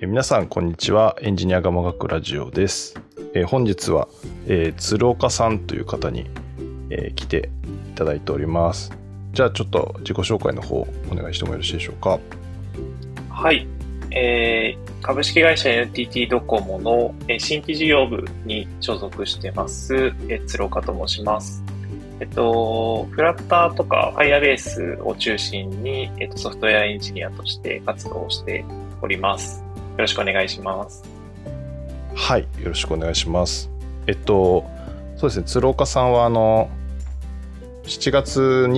皆さんこんにちは。エンジニアがもがくラジオです。本日は、鶴岡さんという方に、来ていただいております。じゃあちょっと自己紹介の方お願いしてもよろしいでしょうか。 はい、株式会社 NTT ドコモの新規事業部に所属してます、鶴岡と申します。フラッターとか Firebase を中心に、ソフトウェアエンジニアとして活動しております。よろしくお願いします。 はい、よろしくお願いします。そうですね、鶴岡さんは7月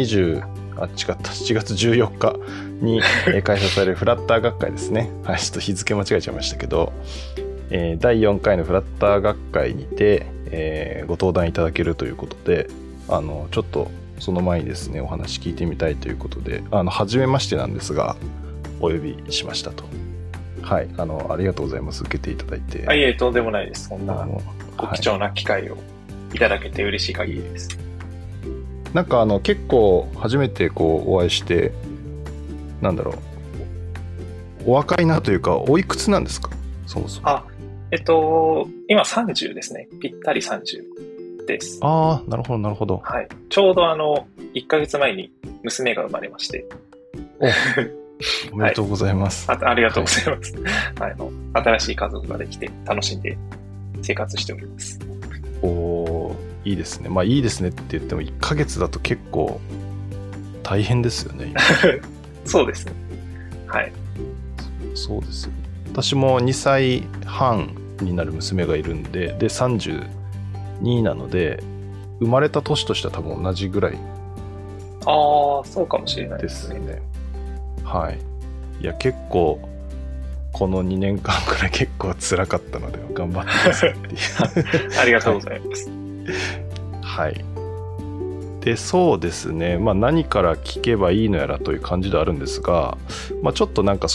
14日に開催されるフラッター学会ですね。はい、ちょっと日付間違えちゃいましたけど、第4回のフラッター学会にて、ご登壇いただけるということで、ちょっとその前にですね、お話聞いてみたいということで、初めましてなんですが、お呼びしましたと。はい、ありがとうございます。受けていただいて。 いえ、とんでもないです。そんなご貴重な機会をいただけて嬉しい限りです。 なんか結構初めてお会いして、なんだろう、お若いなというか、おいくつなんですか、そもそも。 今30ですね。ぴったり30です。 ああ、なるほど、なるほど。 はい。ちょうど1ヶ月前に娘が生まれまして。 おめでとうございます。 はい、ありがとうございます。はい、新しい家族ができて楽しんで生活しております。 おー、いいですね。まあいいですねって言っても1ヶ月だと結構大変ですよね。 そうですね。はい。 そうですよ。私も2歳半になる娘がいるんで、で32なので、生まれた年としては多分同じぐらい。 ああ、そうかもしれないですね。 はい。いや、結構この2年間くらい結構辛かったので頑張ってくださいっていうありがとうございます。 はい。で、そうですね、まあ何から聞けばいいのやらという感じではあるんですが、まあちょっとなんか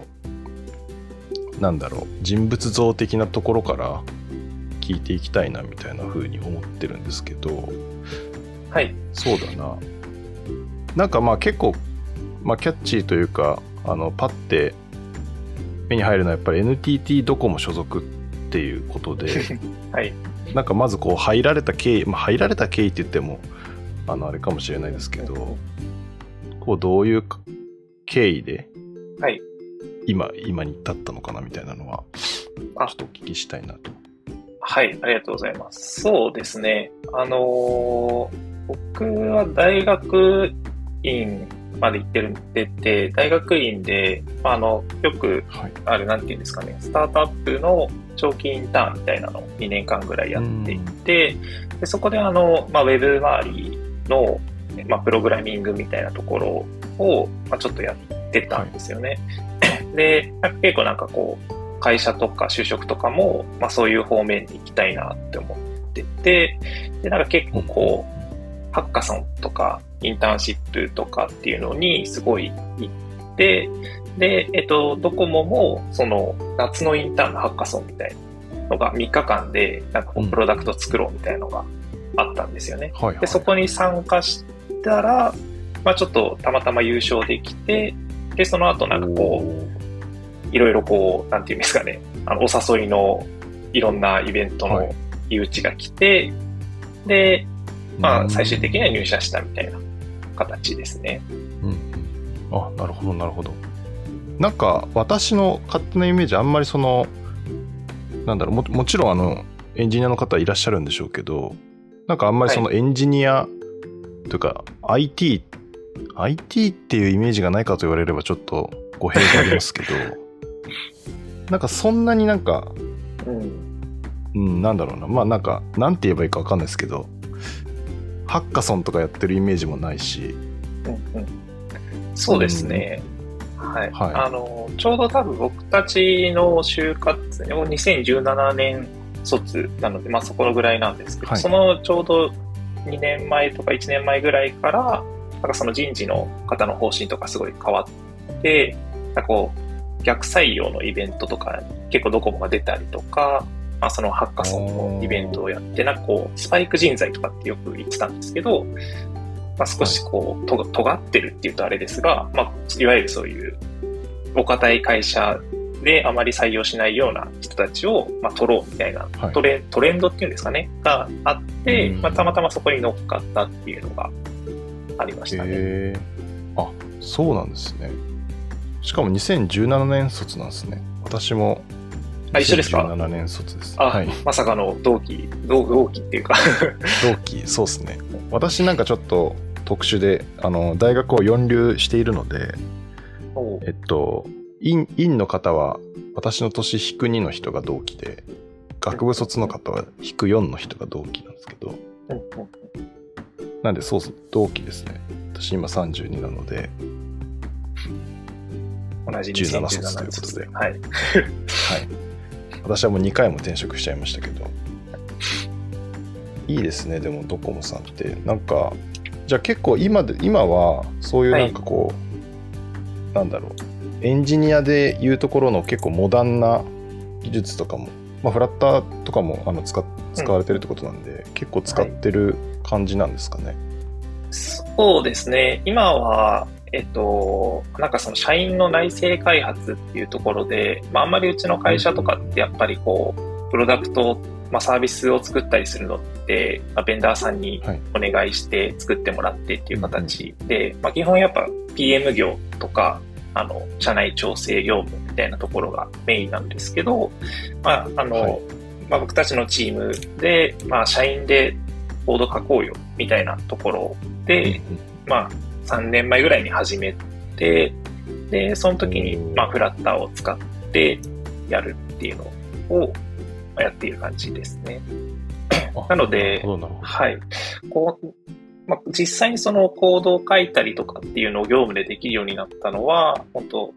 なんだろう、人物像的なところから聞いていきたいなみたいな風に思ってるんですけど、 はい。 そうだな。なんかまあ結構、まあキャッチーというか、パッて目に入るのはやっぱり NTT ドコモ所属っていうことで、 はい。 なんかまず入られた経緯、まあ入られた経緯って言っても、あれかもしれないですけど、どういう経緯で、 はい。 今に至ったのかなみたいなのは、ちょっとお聞きしたいなと。 はい、ありがとうございます。そうですね。僕は大学院まで行ってて、大学院で、よくある、なんていうんですかね、スタートアップの長期インターンみたいなのを2年間ぐらいやっていて、でそこでウェブ周りの、プログラミングみたいなところを、ちょっとやってたんですよね。で、結構会社とか就職とかも、そういう方面に行きたいなって思ってて、で、結構ハッカソンとかインターンシップとかっていうのにすごい行って、で、ドコモもその夏のインターンのハッカソンみたいなのが3日間でプロダクト作ろうみたいなのがあったんですよね。で、そこに参加したら、ちょっとたまたま優勝できて、で、その後いろいろなんていうんですかね、お誘いのいろんなイベントの誘致が来て、で、最終的には入社したみたいな形ですね。 あ、なるほど、なるほど。なんか、私の勝手なイメージ、あんまりなんだろう、もちろんエンジニアの方いらっしゃるんでしょうけど、なんかあんまりエンジニアというか、IT っていうイメージがないかと言われればちょっと語弊がありますけど、なんかそんなになんか、なんだろうな、まあなんか、なんて言えばいいかわかんないですけど、ハッカソンとかやってるイメージもないし。 そうですね。はい。ちょうど多分僕たちの就活、2017年卒なので、そこのぐらいなんですけど、そのちょうど2年前とか1年前ぐらいから、その人事の方の方針とかすごい変わって、逆採用のイベントとかに結構ドコモが出たりとか、そのハッカソンのイベントをやって、スパイク人材とかってよく言ってたんですけど、少し尖ってるっていうとあれですが、いわゆるそういうお堅い会社であまり採用しないような人たちを、取ろうみたいなトレンドっていうんですかね、があって、たまたまそこに乗っかったっていうのがありましたね。 あ、そうなんですね。しかも2017年卒なんですね。私も一緒ですか ？2017年卒です。 はい。まさかの同期っていうか同期、そうですね。私なんかちょっと特殊で、大学を4流しているので、院の方は私の年引く2の人が同期で、学部卒の方は引く4の人が同期なんですけど、なんでそう同期ですね。私今32なので、 同じ 17卒ということで、 はい。 はい。私はもう2回も転職しちゃいましたけど、いいですね。でもドコモさんってなんか、じゃあ結構今はそういうなんかこう、なんだろう、エンジニアでいうところの結構モダンな技術とかも、フラッターとかも使われてるってことなんで、結構使ってる感じなんですかね。 そうですね。今はなんかその社員の内製開発っていうところで、あんまりうちの会社とかってやっぱりこうプロダクト、サービスを作ったりするのって、ベンダーさんにお願いして作ってもらってっていう形で、基本やっぱ PM 業とか社内調整業務みたいなところがメインなんですけど、僕たちのチームで、社員でコード書こうよみたいなところで、3年前ぐらいに始めて、で、その時に、フラッターを使ってやるっていうのをやっている感じですね。なので、はい。実際にそのコードを書いたりとかっていうのを業務でできるようになったのは、本当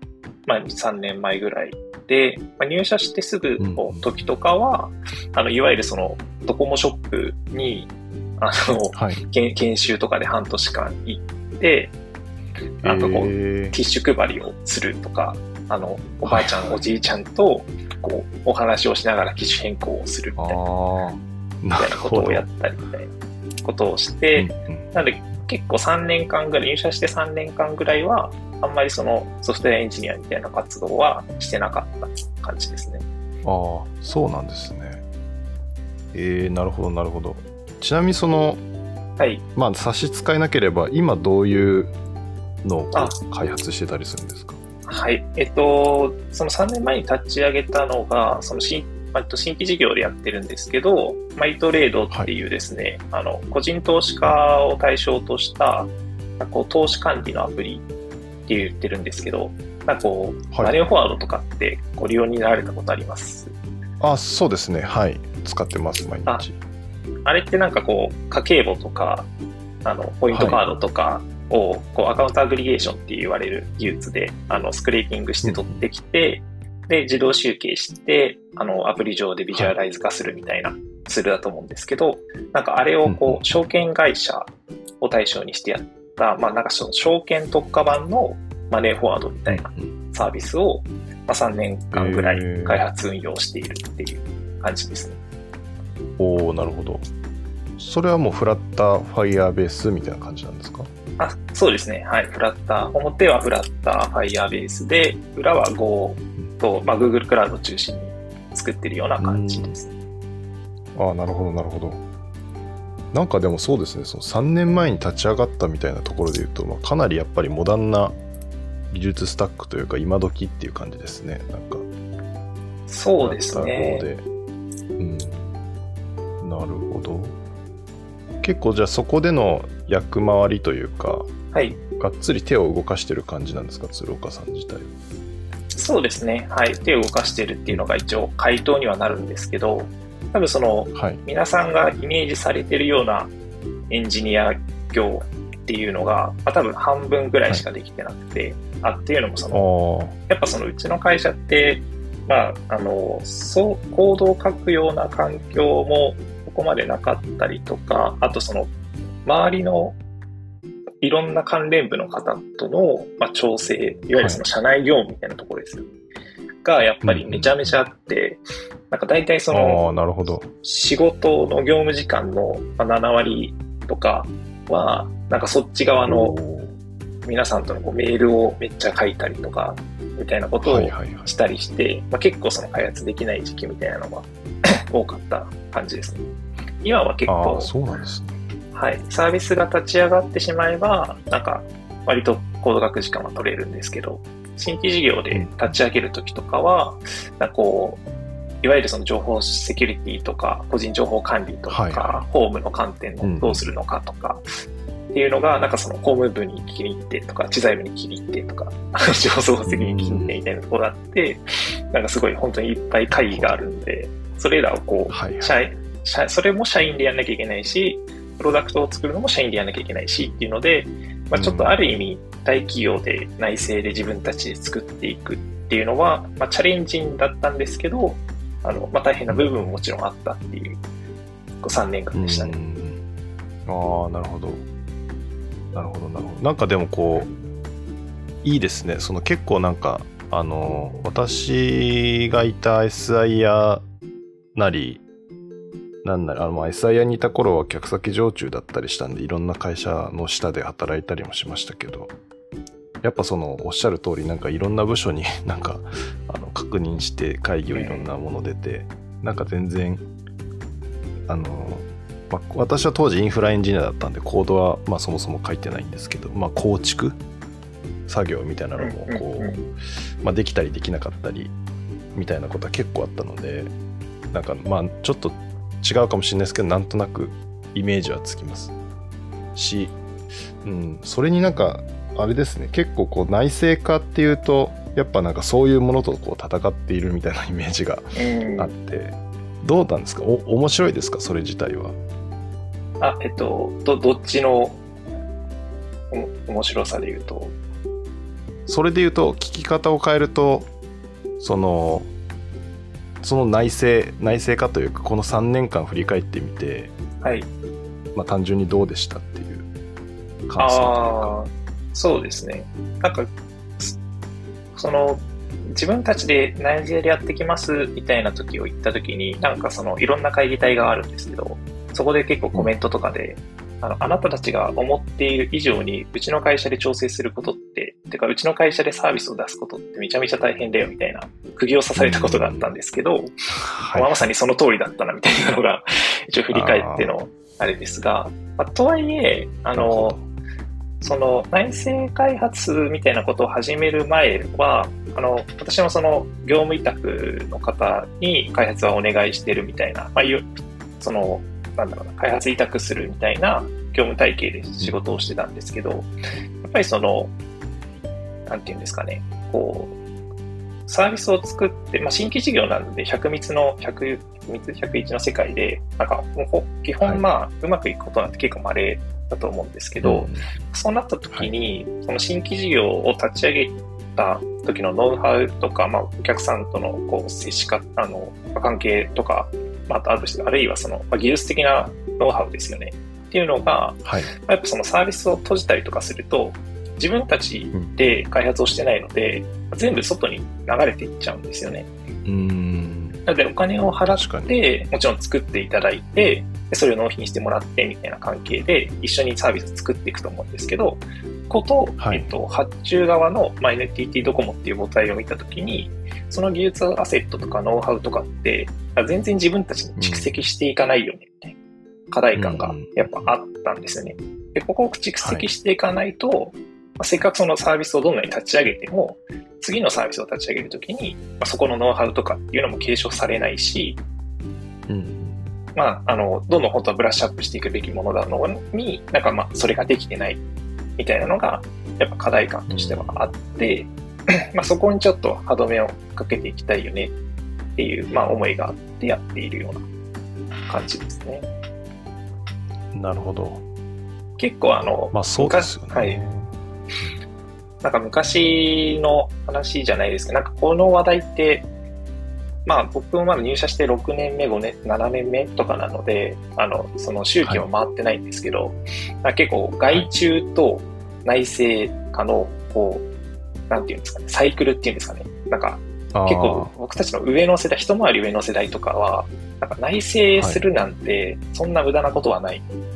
3年前ぐらいで、入社してすぐの時とかは、いわゆるそのドコモショップに、研修とかで半年間行って、ティッシュ配りをするとか、おばあちゃん、おじいちゃんと、こう、お話をしながら機種変更をするみたいなことをやったりみたいなことをして、なので結構3年間ぐらい、入社して3年間ぐらいは、あんまりそのソフトウェアエンジニアみたいな活動はしてなかった感じですね。 そうなんですね。なるほど、なるほど。ちなみにその、差し支えなければ、今どういうのを開発してたりするんですか？ はい。その3年前に立ち上げたのが、その新規事業でやってるんですけど、マイトレードっていうですね、個人投資家を対象とした、投資管理のアプリって言ってるんですけど、マネーフォワードとかってご利用になられたことあります？ そうですね。はい。使ってます、毎日。 あれってなんかこう、家計簿とか、ポイントカードとかを、アカウントアグリゲーションって言われる技術で、スクレーピングして取ってきて、で、自動集計して、アプリ上でビジュアライズ化するみたいなツールだと思うんですけど、なんかあれを証券会社を対象にしてやった、なんかその証券特化版のマネーフォワードみたいなサービスを、3年間ぐらい開発運用しているっていう感じですね。 なるほど。それはもうフラッター、ファイヤーベースみたいな感じなんですか？ そうですね。はい。フラッター、表はフラッター、ファイヤーベースで、裏は Go と、Google クラウドを中心に作ってるような感じです。 なるほど、なるほど。なんかでもそうですね、その3年前に立ち上がったみたいなところで言うと、かなりやっぱりモダンな技術スタックというか、今時っていう感じですね。なんか。 そうですね。 なるほど。結構じゃあそこでの役回りというか、がっつり手を動かしてる感じなんですか、鶴岡さん自体は。 そうですね。はい。手を動かしてるっていうのが一応回答にはなるんですけど、多分その、皆さんがイメージされてるようなエンジニア業っていうのが、多分半分ぐらいしかできてなくて、っていうのもその、やっぱそのうちの会社って、コードを書くような環境もここまでなかったりとか、あとその、周りのいろんな関連部の方との、調整、いわゆるその社内業務みたいなところですよ。が、やっぱりめちゃめちゃあって、なんか大体その、仕事の業務時間の7割とかは、なんかそっち側の皆さんとのメールをめっちゃ書いたりとか、みたいなことをしたりして、結構その開発できない時期みたいなのが多かった感じですね。今は結構、 そうなんですね。 はい、サービスが立ち上がってしまえば、なんか割とコード書く時間は取れるんですけど、新規事業で立ち上げるときとかは、なんかこう、いわゆるその情報セキュリティとか、個人情報管理とか、法務の観点のどうするのかとか、っていうのが、なんかその法務部に切り入ってとか、知財部に切り入ってとか、情報責任切り入ってみたいなところがあって、なんかすごい本当にいっぱい会議があるんで、それらをこう、それも社員でやんなきゃいけないし、プロダクトを作るのも社員でやんなきゃいけないしっていうので、ちょっとある意味大企業で内製で自分たちで作っていくっていうのは、チャレンジングだったんですけど、大変な部分ももちろんあったっていう3年間でしたね。 なるほど。なるほど、なるほど。なんかでもこう、いいですね。その結構なんか、私がいた SIR なり、なんなら、SIR にいた頃は客先常駐だったりしたんで、いろんな会社の下で働いたりもしましたけど、やっぱそのおっしゃる通り、なんかいろんな部署になんか確認して会議をいろんなもの出て、なんか全然私は当時インフラエンジニアだったんでコードはそもそも書いてないんですけど、構築作業みたいなのもこう、できたりできなかったりみたいなことは結構あったので、なんかちょっと違うかもしれないですけど、なんとなくイメージはつきますし、それになんかあれですね、結構こう内製化っていうとやっぱなんかそういうものとこう戦っているみたいなイメージがあって、どうなんですか？面白いですか？それ自体は。 どっちの面白さで言うと、 それで言うと聞き方を変えると、その内製化というか、この3年間振り返ってみて、 はい、 単純にどうでしたっていう感想というか。 そうですね。なんかその自分たちで内製でやってきますみたいな時を言った時に、なんかそのいろんな会議体があるんですけど、そこで結構コメントとかで、あなたたちが思っている以上にうちの会社で調整することってかうちの会社でサービスを出すことってめちゃめちゃ大変だよみたいな釘を刺されたことがあったんですけど、まさにその通りだったなみたいなのが一応振り返ってのあれですが、とはいえその内製開発みたいなことを始める前は、私もその業務委託の方に開発はお願いしてるみたいな、その開発委託するみたいな業務体系で仕事をしてたんですけど、やっぱりその、なんていうんですかね、こう、サービスを作って、新規事業なので100密101の世界で、なんか、基本うまくいくことなんて結構稀だと思うんですけど、そうなった時に、その新規事業を立ち上げた時のノウハウとか、お客さんとのこう接し方、関係とか、あるいはその、技術的なノウハウですよね。っていうのが、やっぱそのサービスを閉じたりとかすると、自分たちで開発をしてないので、全部外に流れていっちゃうんですよね。なのでお金を払って、もちろん作っていただいて、それを納品してもらってみたいな関係で一緒にサービスを作っていくと思うんですけど、発注側の、NTT ドコモっていう母体を見たときに、その技術アセットとかノウハウとかって、全然自分たちに蓄積していかないよね、みたいな課題感がやっぱあったんですよね。で、ここを蓄積していかないと、せっかくそのサービスをどんなに立ち上げても、次のサービスを立ち上げるときに、そこのノウハウとかっていうのも継承されないし、どんどん本当はブラッシュアップしていくべきものなのに、それができてないみたいなのが、やっぱ課題感としてはあって、そこにちょっと歯止めをかけていきたいよねっていう、思いがあってやっているような感じですね。 なるほど。 結構そうですよね。 なんか昔の話じゃないですけど、この話題って、僕もまだ入社して6年目、5年、7年目とかなので、その周期は回ってないんですけど、結構外注と内製化の、なんていうんですかね、サイクルっていうんですかね。結構僕たちの上の世代、一回り上の世代とかは、内製するなんて、そんな無駄なことはない。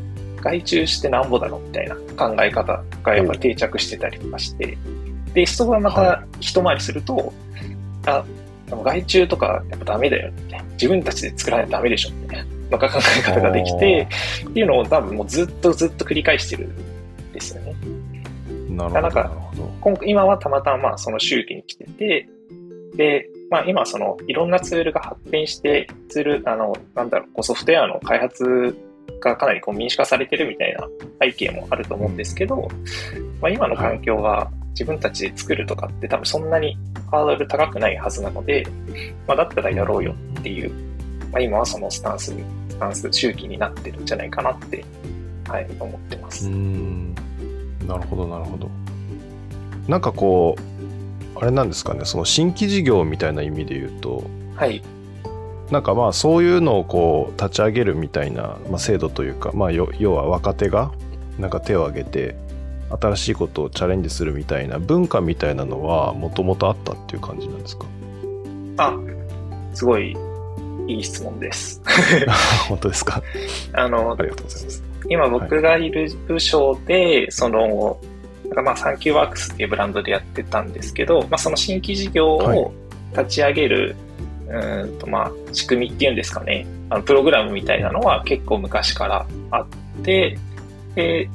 外注してなんぼだろみたいな考え方がやっぱ定着してたりとかして、で、人がまた一回りすると、外注とかやっぱダメだよって、自分たちで作らないとダメでしょみたいな考え方ができて、っていうのを多分もうずっと繰り返してるんですよね。 なるほど。 なんか今はたまたまその周期に来てて、で、今そのいろんなツールが発展して、ソフトウェアの開発がかなり民主化されてるみたいな背景もあると思うんですけど、今の環境が自分たちで作るとかって多分そんなにハードル高くないはずなので、だったらやろうよっていう、今はそのスタンス、周期になってるんじゃないかなって、思ってます。 なるほど、なるほど。なんかあれなんですかね、その新規事業みたいな意味で言うと、なんかそういうのを立ち上げるみたいな、制度というか、要は若手がなんか手を挙げて新しいことをチャレンジするみたいな文化みたいなのはもともとあったっていう感じなんですか？ すごいいい質問です。 本当ですか？ありがとうございます。 今僕がいる部署で、サンキューワークスっていうブランドでやってたんですけど、その新規事業を立ち上げる、仕組みっていうんですかね、プログラムみたいなのは結構昔からあって、で、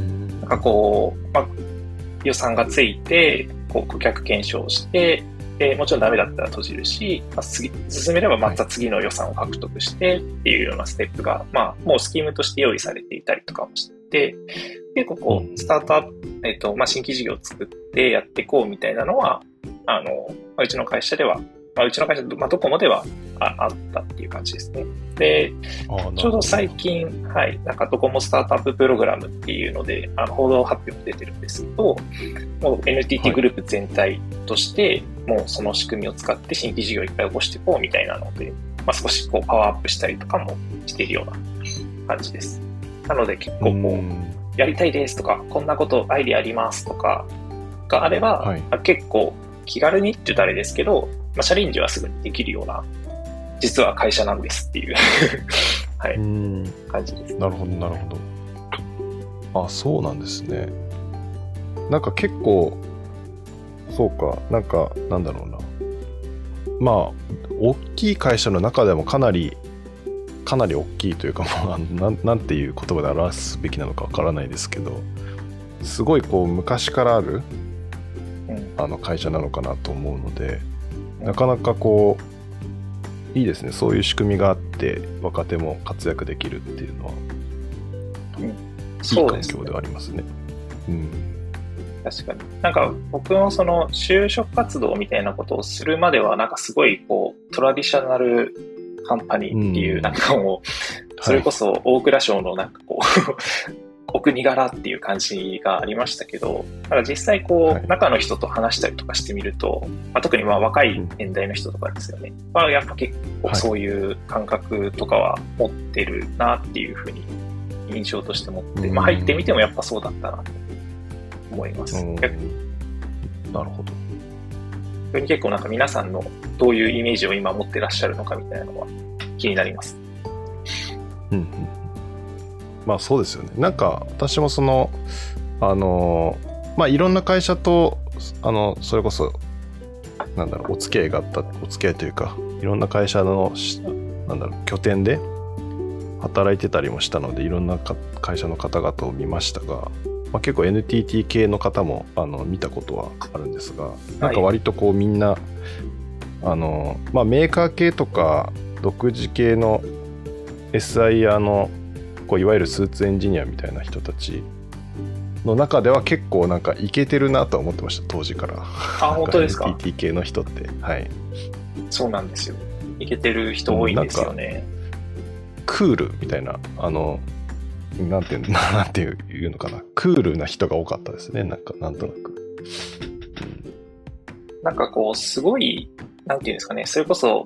予算がついて、顧客検証して、で、もちろんダメだったら閉じるし、進めればまた次の予算を獲得してっていうようなステップが、もうスキームとして用意されていたりとかもして、結構スタートアップ、新規事業を作ってやっていこうみたいなのは、うちの会社では、ドコモではあったっていう感じですね。で、ちょうど最近、ドコモスタートアッププログラムっていうので、報道発表も出てるんですけど、もう NTT グループ全体として、もうその仕組みを使って新規事業をいっぱい起こしていこうみたいなので、少しパワーアップしたりとかもしているような感じです。なので結構やりたいですとか、こんなことアイディアありますとかがあれば、結構気軽にって言うとあれですけど、チャレンジはすぐにできるような、実は会社なんですっていう感じです。 なるほど、なるほど。そうなんですね。なんか結構、そうか、なんだろうな。大きい会社の中でもかなり大きいというか、なんていう言葉で表すべきなのかわからないですけど、すごい昔からある、会社なのかなと思うので、なかなかいいですね。そういう仕組みがあって若手も活躍できるっていうのは、いい環境ではありますね。 確かに。僕のその就職活動みたいなことをするまでは、すごいトラディショナルカンパニーっていうもう、それこそ大蔵省のお国柄っていう感じがありましたけど、実際中の人と話したりとかしてみると、特に若い年代の人とかですよね。やっぱ結構そういう感覚とかは持ってるなっていうふうに印象として持って、入ってみてもやっぱそうだったなと思います。なるほど。 結構皆さんのどういうイメージを今持ってらっしゃるのかみたいなのは気になります。 そうですよね。私もいろんな会社とそれこそお付き合いというか、いろんな会社の拠点で働いてたりもしたので、いろんな会社の方々を見ましたが、結構 NTT 系の方も見たことはあるんですが、割とみんなメーカー系とか独自系の SIR のいわゆるスーツエンジニアみたいな人たちの中では結構イケてるなとは思ってました、当時から。 本当ですか？ NTT 系の人って、 そうなんですよ。イケてる人多いんですよね。 クールみたいな、なんていうのかな、クールな人が多かったですね。なんとなく。 すごい、なんていうんですかね、それこそ、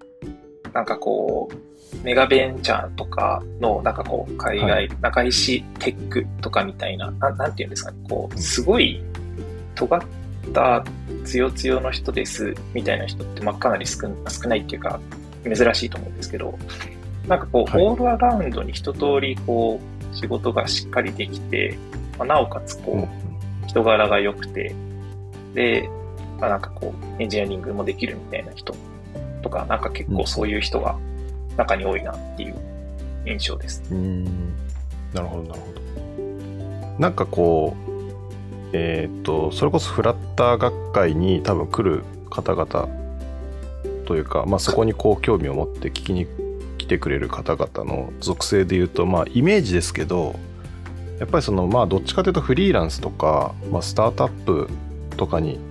メガベンチャーとかの、海外、中石テックとかみたいな、なんていうんですかね、すごい、尖った強強の人ですみたいな人ってかなり少ないっていうか珍しいと思うんですけど、オールアラウンドに一通り仕事がしっかりできて、なおかつ人柄が良くて、で、なんかこうエンジニアリングもできるみたいな人とか、なんか結構そういう人が中に多いなっていう印象です。 なるほどなるほど。なんかこうそれこそフラッター学会に多分来る方々というか、そこにこう興味を持って聞きに来てくれる方々の属性でいうと、イメージですけど、やっぱりそのどっちかというとフリーランスとか、スタートアップとかに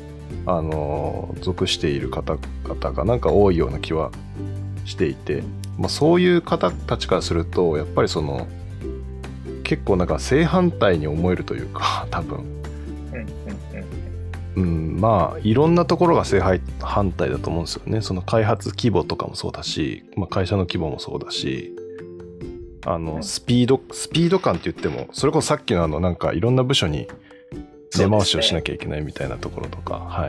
属している方々がなんか多いような気はしていて、そういう方たちからするとやっぱりその結構なんか正反対に思えるというか、多分いろんなところが正反対だと思うんですよね。その開発規模とかもそうだし、会社の規模もそうだし、スピード感って言っても、それこそさっきのなんかいろんな部署に根回しをしなきゃいけないみたいなところとか、はい、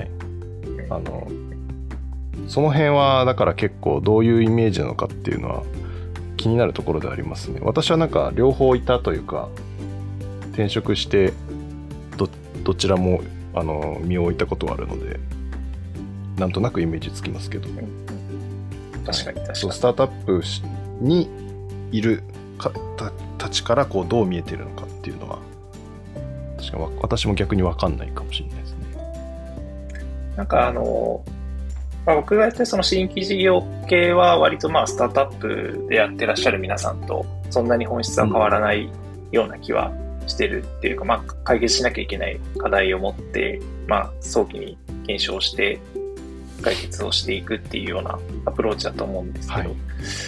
その辺はだから結構どういうイメージなのかっていうのは気になるところでありますね。私はなんか両方いたというか、転職してどちらも身を置いたことはあるので、なんとなくイメージつきますけど、 確かにスタートアップにいる方たちからこうどう見えてるのかっていうのは確か私も逆に分かんないかもしれないですね。 なんか僕がやってるその新規事業系は割とスタートアップでやってらっしゃる皆さんとそんなに本質は変わらないような気はしてるっていうか、解決しなきゃいけない課題を持って、早期に検証して解決をしていくっていうようなアプローチだと思うんですけど、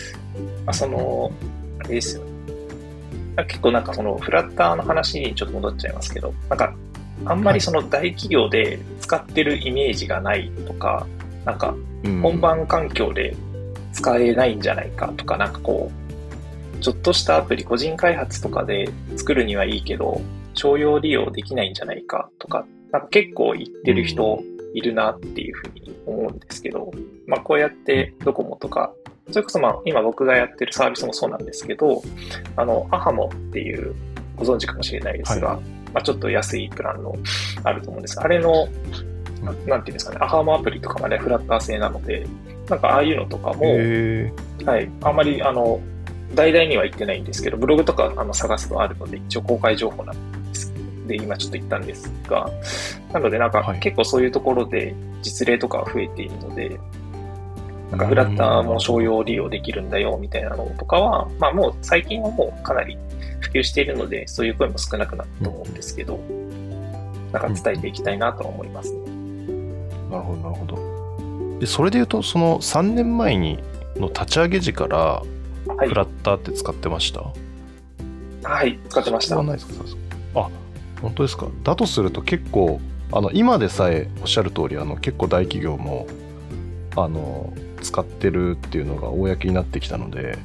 あれですよね。結構なんかそのフラッターの話にちょっと戻っちゃいますけど、なんかあんまりその大企業で使ってるイメージがないとか、なんか本番環境で使えないんじゃないかとか、なんかこうちょっとしたアプリ個人開発とかで作るにはいいけど商用利用できないんじゃないかとか、なんか結構言ってる人いるなっていうふうに思うんですけど、こうやってドコモとか、それこそ今僕がやってるサービスもそうなんですけど、アハモっていうご存知かもしれないですが、ちょっと安いプランのあると思うんですが、あれのなんていうんですかね、アハモアプリとかがねフラッター製なので、なんかああいうのとかも、はい、あんまり大々には言ってないんですけど、ブログとか探すとあるので一応公開情報なんですで今ちょっと言ったんですが、なのでなんか結構そういうところで実例とか増えているので、なんかフラッターも商用利用できるんだよみたいなのとかは、もう最近はもうかなり普及しているので、そういう声も少なくなったと思うんですけど、なんか伝えていきたいなとは思いますね。 なるほどなるほど。でそれでいうと、その3年前の立ち上げ時からフラッターって使ってました？ はい、使ってました。 ないですか？あ、本当ですか。だとすると結構今でさえおっしゃる通り結構大企業も使ってるっていうのが公になってきたので、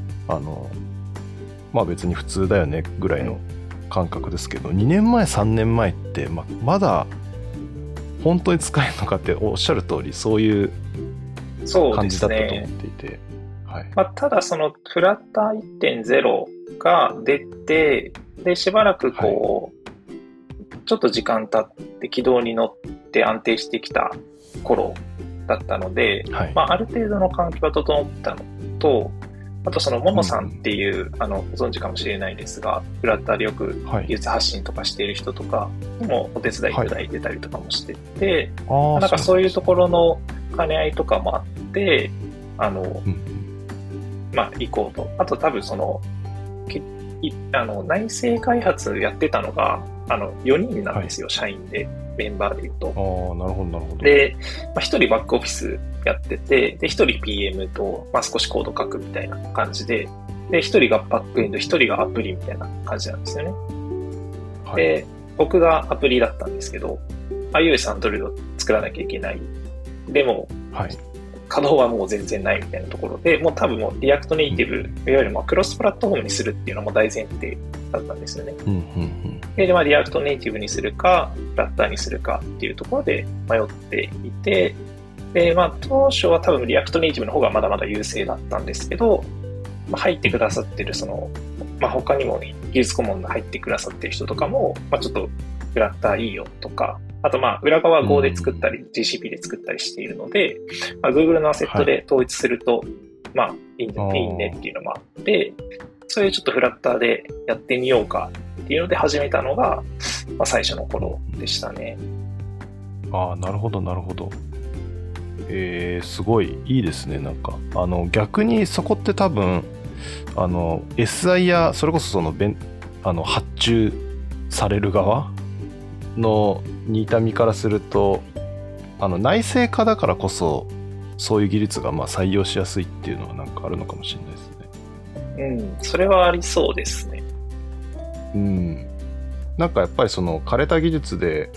別に普通だよねぐらいの感覚ですけど、2年前3年前ってまだ本当に使えるのかっておっしゃる通りそういう感じだったと思っていて、はい、ただそのフラッター 1.0 が出て、でしばらくこう、ちょっと時間経って軌道に乗って安定してきた頃だったので、ある程度の環境が整ったのと、あとそのモノさんっていう、ご存知かもしれないですが、フラッターでよく技術発信とかしている人とかにもお手伝いいただいてたりとかもしてて、なんかそういうところの兼ね合いとかもあって、行こうと。あと多分その内製開発やってたのが4人なんですよ、社員で。メンバーで言うと。 なるほどなるほど。 で、1人バックオフィスやってて、で1人 PM と、少しコード書くみたいな感じで、で1人がバックエンド、1人がアプリみたいな感じなんですよね。で僕がアプリだったんですけど、iOS、Android 作らなきゃいけない。でも、稼働はもう全然ないみたいなところで、もう多分もうリアクトネイティブ、いわゆるクロスプラットフォームにするっていうのも大前提だったんですよね。で、リアクトネイティブにするか、フラッターにするかっていうところで迷っていて、で、当初は多分リアクトネイティブの方がまだまだ優勢だったんですけど、入ってくださってるそのまあ、他にもね、技術顧問が入ってくださってる人とかも、まあ、ちょっとフラッターいいよとか、あとまあ裏側は Go で作ったり、GCP で作ったりしているので、まあ、Google のアセットで統一すると、まあいいねっていうのもあって、そういうちょっとフラッターでやってみようかっていうので始めたのが、まあ、最初の頃でしたね。 ああ、なるほどなるほど。すごいいいですね。なんか逆にそこって多分SI やそれこそその発注される側のニータミからすると内製化だからこそそういう技術がまあ採用しやすいっていうのはなんかあるのかもしれないですね。 それはありそうですね。 なんかやっぱりその枯れた技術で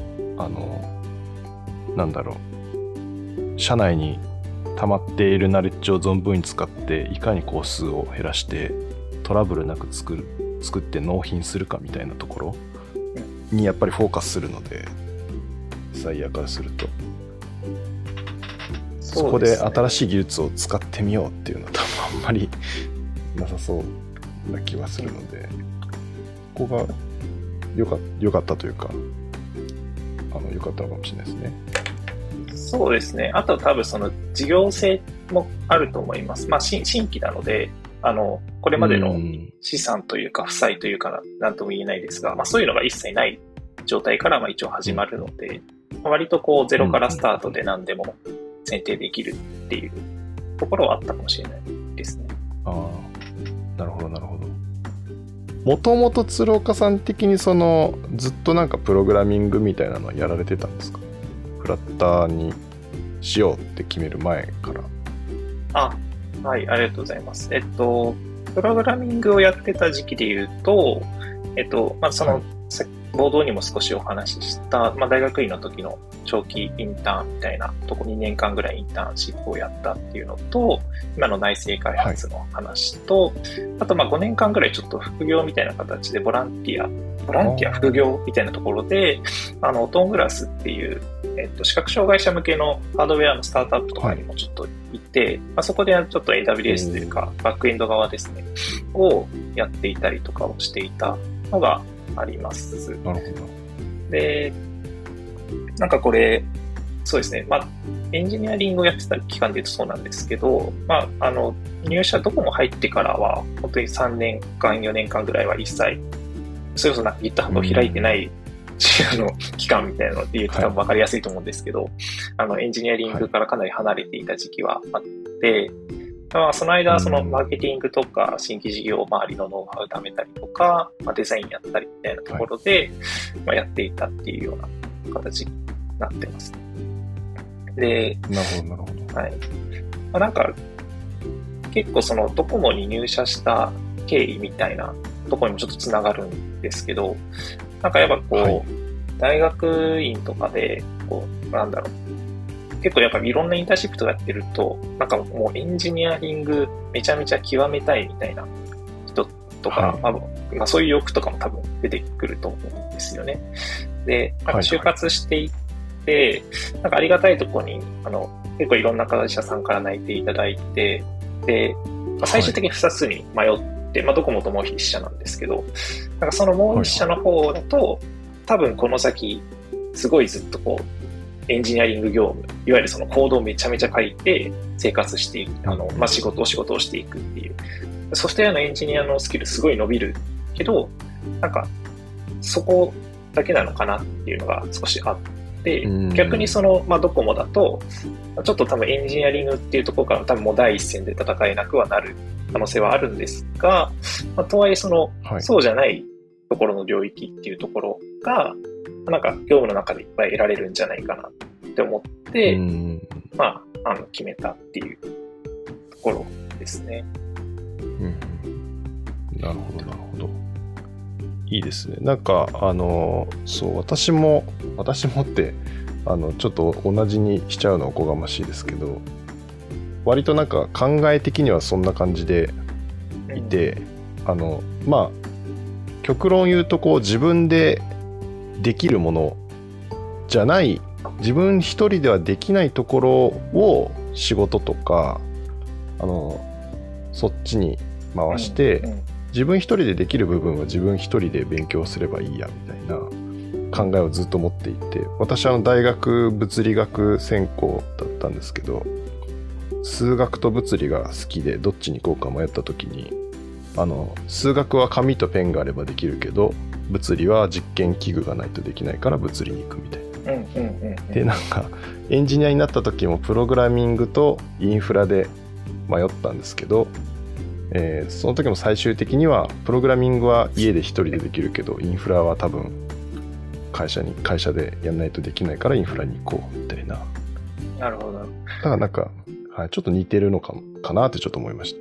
なんだろう、社内に溜まっているナレッジを存分に使っていかに工数を減らしてトラブルなく作って納品するかみたいなところにやっぱりフォーカスするので、SIからするとそこで新しい技術を使ってみようっていうのは多分あんまりなさそうな気はするので、ここが良かったというか良かったのかもしれないですね。 そうですね。あと多分その事業性もあると思います。まあ新規なので、これまでの資産というか負債というかなんとも言えないですが、まあそういうのが一切ない状態からまあ一応始まるので、割とこうゼロからスタートで何でも選定できるっていうところはあったかもしれないですね。 ああ、なるほどなるほど。もともと鶴岡さん的にそのずっとなんかプログラミングみたいなのはやられてたんですか？フラッターにしようって決める前から。 はい、ありがとうございます。プログラミングをやってた時期で言うと、まあ、その、はい、冒頭にも少しお話しした、まあ、大学院の時の長期インターンみたいなとこ2年間ぐらいインターンシップをやったっていうのと、今の内製開発の話と、はい、あとまあ5年間ぐらいちょっと副業みたいな形でボランティア副業みたいなところで、トングラスっていう、視覚障害者向けのハードウェアのスタートアップとかにもちょっと行って、まあ、そこでちょっと AWS というか、バックエンド側ですね、をやっていたりとかをしていたのがあります。 なるほど。 で、なんかこれ、そうですね、まあ、エンジニアリングをやってた期間で言うとそうなんですけど、まあ、入社どこも入ってからは、本当に3年間、4年間ぐらいは一切、それこそなんか GitHub を開いてない、期間みたいなので言うと多分分かりやすいと思うんですけど、エンジニアリングからかなり離れていた時期はあって、まあ、その間、そのマーケティングとか新規事業周りのノウハウを貯めたりとか、まあ、デザインやったりみたいなところで、まあ、やっていたっていうような形になってます。で、 なるほど、なるほど。 はい。まあ、なんか、結構そのドコモに入社した経緯みたいなところにもちょっとつながるんですけど、なんかやっぱこう、はい、大学院とかで、こう、なんだろう、結構やっぱりいろんなインターンシップとかやってると、なんかもうエンジニアリングめちゃめちゃ極めたいみたいな人とか、はい、まあそういう欲とかも多分出てくると思うんですよね。で、なんか就活していって、なんかありがたいところに、結構いろんな会社さんから内定いただいて、で、まあ、最終的に2つに迷って、まあドコモともう1社なんですけど、なんかそのもう1社の方だと、多分この先、すごいずっとこう、エンジニアリング業務、いわゆるそのコードをめちゃめちゃ書いて生活していく、まあ仕事をしていくっていう。ソフトウェアのエンジニアのスキルすごい伸びるけど、なんか、そこだけなのかなっていうのが少しあって、逆にその、まあドコモだと、ちょっと多分エンジニアリングっていうところから多分もう第一線で戦えなくはなる可能性はあるんですが、まあ、とはいえその、はい、そうじゃないところの領域っていうところが、なんか業務の中でいっぱい得られるんじゃないかなって思って、まあ、決めたっていうところですね。 なるほど、なるほど。いいですね。なんか、そう、私もって、ちょっと同じにしちゃうのはおこがましいですけど、割となんか考え的にはそんな感じでいて、まあ、極論言うとこう自分でできるものじゃない、自分一人ではできないところを仕事とかそっちに回して、自自分一人でできる部分は自分一人で勉強すればいいやみたいな考えをずっと持っていて、私は大学物理学専攻だったんですけど、数学と物理が好きでどっちに行こうか迷った時に、数学は紙とペンがあればできるけど物理は実験器具がないとできないから物理に行くみたいな。でなんかエンジニアになった時もプログラミングとインフラで迷ったんですけど、その時も最終的にはプログラミングは家で一人でできるけどインフラは多分会社でやんないとできないからインフラに行こうみたいな。 なるほど。 だからなんか、はい、ちょっと似てるのかなってちょっと思いました。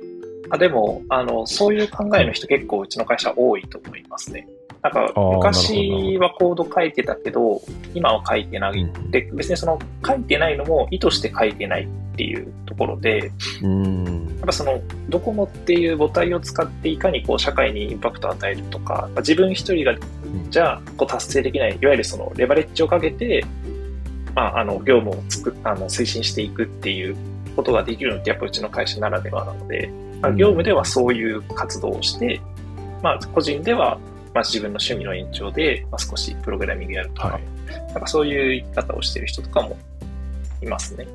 でもそういう考えの人結構うちの会社多いと思いますね。なんか昔はコード書いてたけど今は書いてないって、別にその書いてないのも意図して書いてないっていうところで、やっぱそのドコモっていう母体を使っていかにこう社会にインパクトを与えるとか、自分一人がじゃあこう達成できない、いわゆるそのレバレッジをかけて、業務を推進していくっていうことができるのってやっぱうちの会社ならではなので、業務ではそういう活動をして、個人では自分の趣味の延長で、少しプログラミングやるとか、はい、なんかそういう生き方をしている人とかもいますね。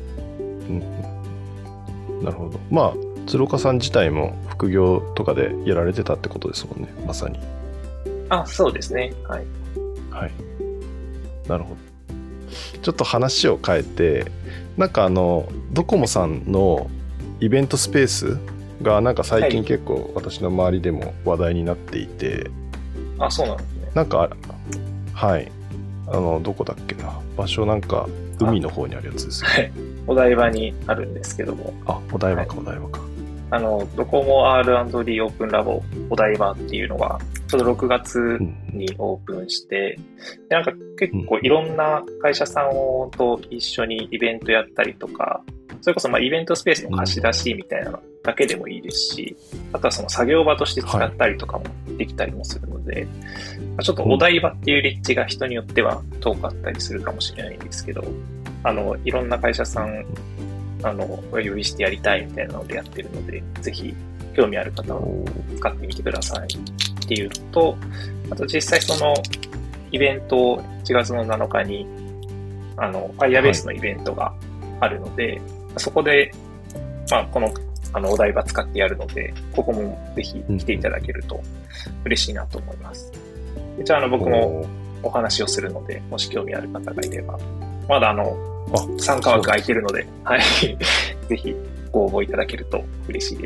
なるほど。鶴岡さん自体も副業とかでやられてたってことですもんね、まさに。 そうですね。はい。 はい。なるほど。ちょっと話を変えて、なんかドコモさんのイベントスペースがなんか最近結構私の周りでも話題になっていて、 そうなんですね。 なんかはい、どこだっけな、場所なんか海の方にあるやつですよね。はい、 お台場にあるんですけども。 お台場か、お台場か。 ドコモ R&D オープンラボお台場っていうのがちょうど6月にオープンして、でなんか結構いろんな会社さんと一緒にイベントやったりとか、それこそイベントスペースの貸し出しみたいなのだけでもいいですし、あとはその作業場として使ったりとかもできたりもするので、ちょっとお台場っていう立地が人によっては遠かったりするかもしれないんですけど、いろんな会社さんお呼びしてやりたいみたいなのでやってるので、ぜひ興味ある方は使ってみてくださいっていうのと、あと実際そのイベント1月の7日にFirebase のイベントがあるので、そこでこのお台場使ってやるので、ここもぜひ来ていただけると嬉しいなと思います。一応僕もお話をするので、もし興味ある方がいれば、まだ参加枠空いてるので、はい。ぜひご応募いただけると嬉しいです。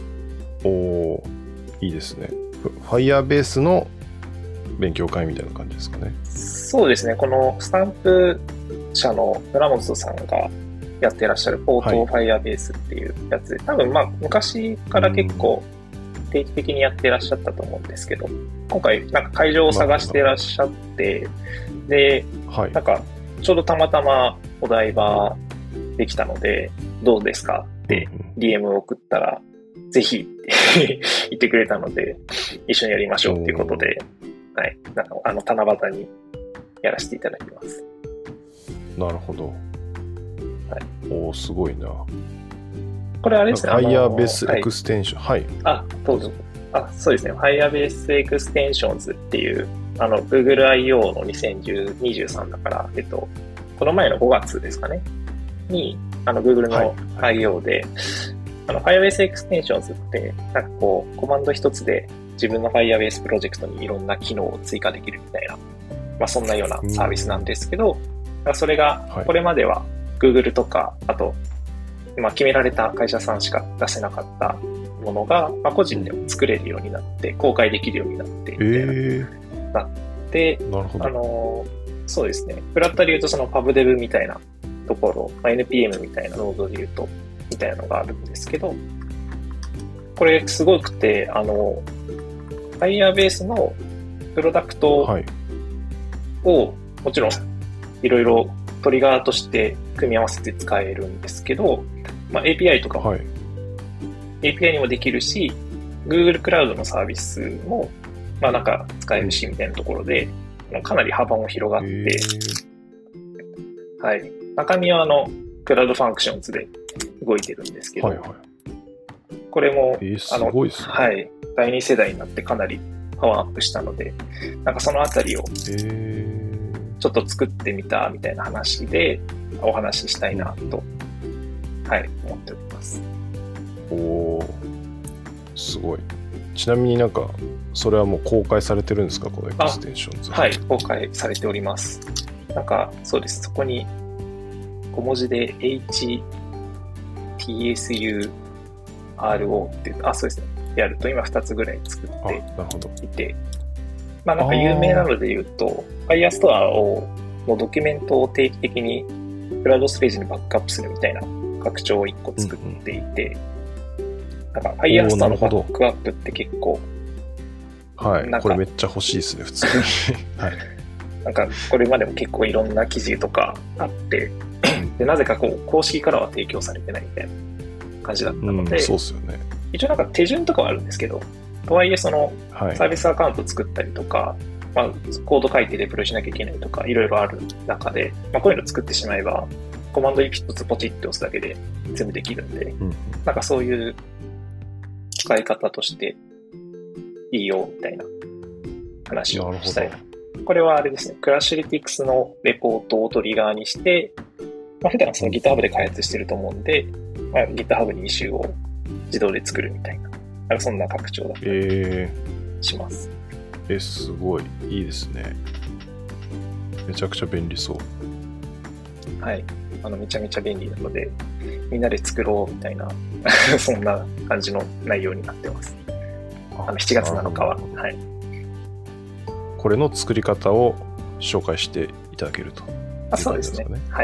いいですね。Firebase の勉強会みたいな感じですかね。 そうですね。このスタンプ社の村本さんがやってらっしゃるポート Firebase っていうやつで、多分昔から結構定期的にやってらっしゃったと思うんですけど、今回なんか会場を探してらっしゃって、で、なんかちょうどたまたまお台場できたので、どうですかって DM を送ったら、ぜひって言ってくれたので、一緒にやりましょうっていうことで、はい、なんか七夕にやらせていただきます。 なるほど。はい、すごいな。 これあれですね。 Firebase エクステンション。はい。 どうぞ。そうですね。Firebase エクステンションズっていう、Google I/O の2023だから、この前の5月ですかね。に、Google の I/O で、Firebase エクステンションズって、なんかこう、コマンド一つで自分の Firebase プロジェクトにいろんな機能を追加できるみたいな、そんなようなサービスなんですけど、それが、これまでは Google とか、あと、決められた会社さんしか出せなかったものが、個人でも作れるようになって、公開できるようになって、なって、 なるほど。 そうですね。フラットで言うとその PubDev みたいなところ、NPM みたいなノードで言うと、みたいなのがあるんですけど、これすごくて、Firebase のプロダクトを、もちろんいろいろトリガーとして組み合わせて使えるんですけど、API とかも、API にもできるし、Google クラウドのサービスも、なんか使えるしみたいなところで、かなり幅も広がって、はい。中身はクラウドファンクションズで動いてるんですけど、 これも、 すごいですね。 はい。第2世代になってかなりパワーアップしたので、なんかそのあたりを、ちょっと作ってみたみたいな話で、お話ししたいなと、はい、思っております。 すごい。ちなみになんか、それはもう公開されてるんですか、このエクステンションズ。 はい、公開されております。なんか、そうです。そこに、小文字で HTSURO っていう、そうですね。やると今2つぐらい作っていて、まあなんか有名なので言うと、Firestore をもうドキュメントを定期的にクラウドストレージにバックアップするみたいな拡張を1個作っていて、なんか Firestore のバックアップって結構、 はい、これめっちゃ欲しいですね、普通に。はい。 なんかこれまでも結構いろんな記事とかあって、でなぜかこう公式からは提供されてないみたいな感じだったので、 そうですよね。 一応なんか手順とかはあるんですけど、とはいえそのサービスアカウント作ったりとか、まあ、コード書いてデプロイしなきゃいけないとかいろいろある中で、まあ、こういうの作ってしまえばコマンド一つポチッと押すだけで全部できるんで、なんかそういう使い方としていいよみたいな話をしたいな。これはあれですね、クラッシュリティクスのレポートをトリガーにして、まあ、普段その GitHub で開発してると思うんで、まあ、GitHub にイシューを自動で作るみたいな、なんかそんな拡張だったりします。 すごいいいですね。めちゃくちゃ便利そう。 はい、めちゃめちゃ便利なので、みんなで作ろうみたいなそんな感じの内容になってます。7月7日は、はい。 これの作り方を紹介していただけると、 そうですね。はい。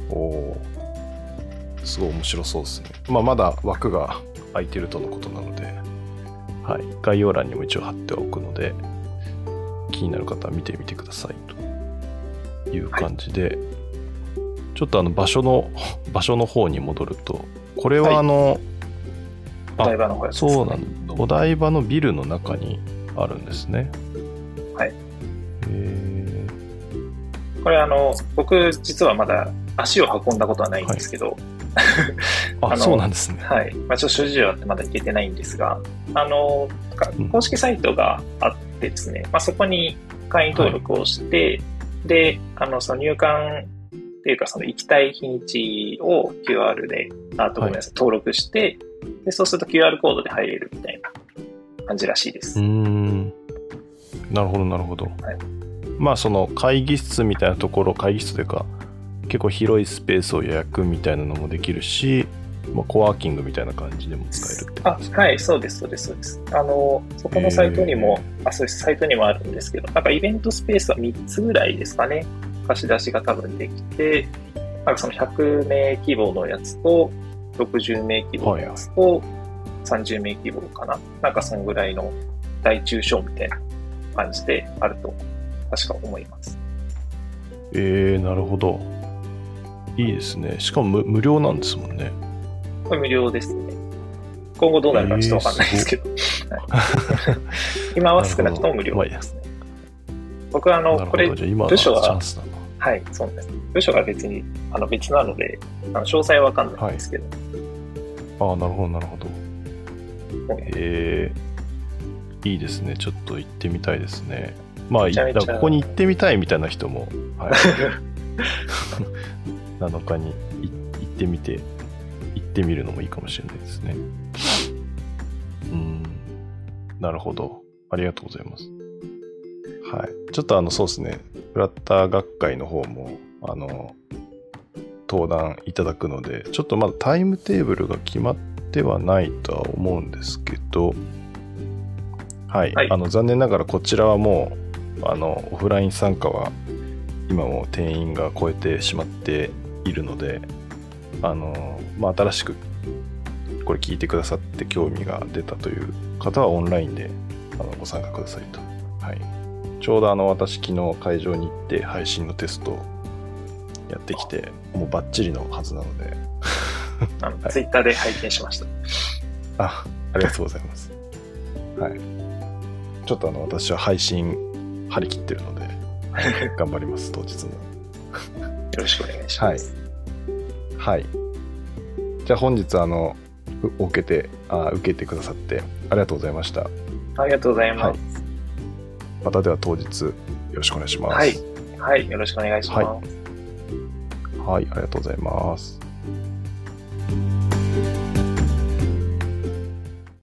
すごい面白そうですね。まあ、まだ枠が空いてるとのことなので、はい、概要欄にも一応貼っておくので、気になる方は見てみてくださいという感じで、ちょっと場所の方に戻ると、これはお台場の方ですね。 そうなんだ。お台場のビルの中にあるんですね。 はい。これ僕実はまだ足を運んだことはないんですけど、 そうなんですね。 はい。まあ、ちょっと諸事情あってまだ行けてないんですが、公式サイトがあってですね、まあ、そこに会員登録をして、で、その入館っていうか、その行きたい日にちを QR で、ごめんなさい、登録して、で、そうすると QR コードで入れるみたいな感じらしいです。 なるほど、なるほど。はい、まあ、その会議室みたいなところ、会議室というか、結構広いスペースを予約みたいなのもできるし、まあ、コワーキングみたいな感じでも使えるってことですか？ はい、そうです、そうです、そうです。そこのサイトにも、そうです、サイトにもあるんですけど、なんかイベントスペースは3つぐらいですかね、貸し出しが多分できて、なんかその100名規模のやつと、60名規模のやつと、30名規模かな。なんかそのぐらいの大中小みたいな感じであると、確か思います。 なるほど。いいですね。しかも無料なんですもんね。 これ無料ですね。今後どうなるかちょっとわかんないですけど。今は少なくとも無料ですね。僕はこれ、部署は、はい、そうです。部署が別に、別なので、詳細はわかんないんですけど。 なるほど、なるほど。いいですね。ちょっと行ってみたいですね。まあ、ここに行ってみたいみたいな人も、はい、7日に行ってみるのもいいかもしれないですね。なるほど。ありがとうございます。はい。ちょっとそうですね。フラッター学会の方も、登壇いただくので、ちょっとまだタイムテーブルが決まってはないとは思うんですけど、はい。残念ながらこちらはもう、オフライン参加は今も定員が超えてしまっているので、まあ、新しくこれ聞いてくださって興味が出たという方はオンラインでご参加くださいと。はい。ちょうど私昨日会場に行って配信のテストをやってきて、もうバッチリのはずなので。 ツイッターで拝見しました。 ありがとうございます。はい。ちょっと私は配信張り切ってるので、頑張ります、当日も。 よろしくお願いします。 はい。はい。じゃあ本日受けてくださってありがとうございました。 ありがとうございます。 またでは当日よろしくお願いします。 はい。はい。よろしくお願いします。 はい、ありがとうございます。